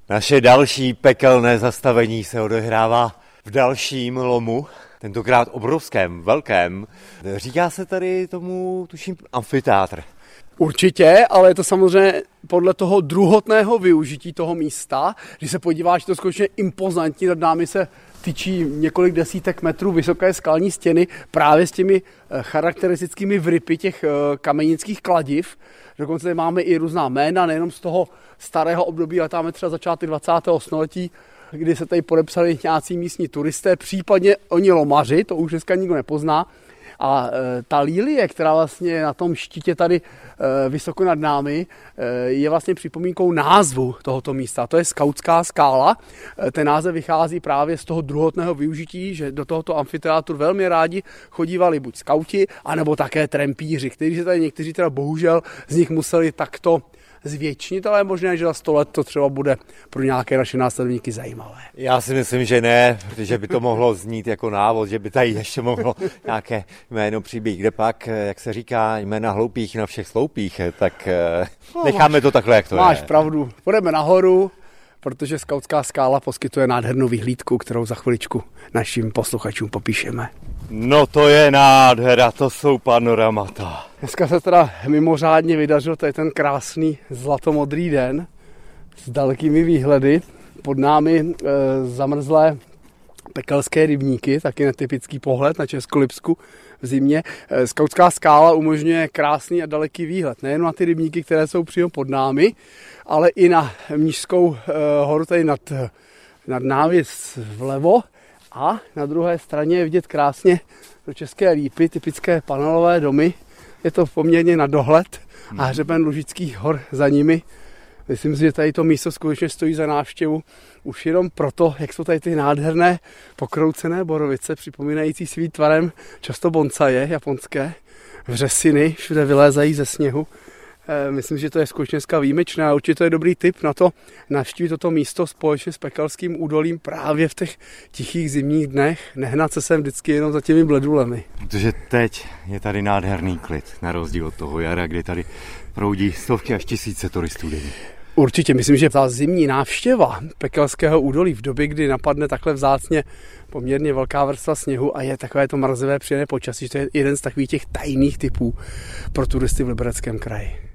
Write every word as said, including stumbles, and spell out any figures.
Naše další pekelné zastavení se odehrává v dalším lomu, tentokrát obrovském, velkém. Říká se tady tomu, tuším, amfiteátr. Určitě, ale je to samozřejmě podle toho druhotného využití toho místa. Když se podíváš, to skutečně impozantní, nad námi se tyčí několik desítek metrů vysoké skalní stěny právě s těmi charakteristickými vrypy těch kamenických kladiv. Dokonce tady máme i různá jména, nejenom z toho starého období, ale tam třeba začátky dvacátého století, kdy se tady podepsali nějací místní turisté, případně oni lomaři, to už dneska nikdo nepozná. A e, ta lilie, která vlastně je na tom štítě tady e, vysoko nad námi, e, je vlastně připomínkou názvu tohoto místa. To je Skautská skála. E, ten název vychází právě z toho druhotného využití, že do tohoto amfiteátru velmi rádi chodívali buď skauti, anebo také trampíři, kteří se tady někteří teda bohužel z nich museli takto zvětšnit, ale je možné, že za sto let to třeba bude pro nějaké naše následníky zajímavé. Já si myslím, že ne, protože by to mohlo znít jako návod, že by tady ještě mohlo nějaké jméno přibýt, kde pak, jak se říká, jména hloupých na všech sloupích, tak no, necháme máš, to takhle, jak to máš je. Máš pravdu. Půjdeme nahoru, protože Skautská skála poskytuje nádhernou vyhlídku, kterou za chviličku našim posluchačům popíšeme. No to je nádhera, to jsou panoramata. Dneska se teda mimořádně vydařil, to je ten krásný zlatomodrý den s dalekými výhledy. Pod námi e, zamrzlé pekelské rybníky, taky netypický pohled na Českolipsku v zimě. E, Skautská skála umožňuje krásný a daleký výhled, nejen na ty rybníky, které jsou přímo pod námi, ale i na Mnišskou e, horu, tady nad, nad námi vlevo. A na druhé straně je vidět krásně do České Lípy, typické panelové domy. Je to poměrně na dohled a hřeben Lužických hor za nimi. Myslím si, že tady to místo skutečně stojí za návštěvu už jenom proto, jak jsou tady ty nádherné pokroucené borovice, připomínající svým tvarem často bonsaje japonské, vřesiny, všude vylézají ze sněhu. Myslím, že to je skutečně dneska výjimečné a určitě to je dobrý tip na to navštívit toto místo společně s Pekelským údolím právě v těch tichých zimních dnech, nehnat se sem vždycky jenom za těmi bledulemi. Protože teď je tady nádherný klid, na rozdíl od toho jara, kdy tady proudí stovky až tisíce turistů denně. Určitě, myslím, že ta zimní návštěva Pekelského údolí v době, kdy napadne takhle vzácně poměrně velká vrstva sněhu a je takové to mrazivé příjemné počasí, že to je jeden z takových těch tajných typů pro turisty v Libereckém kraji.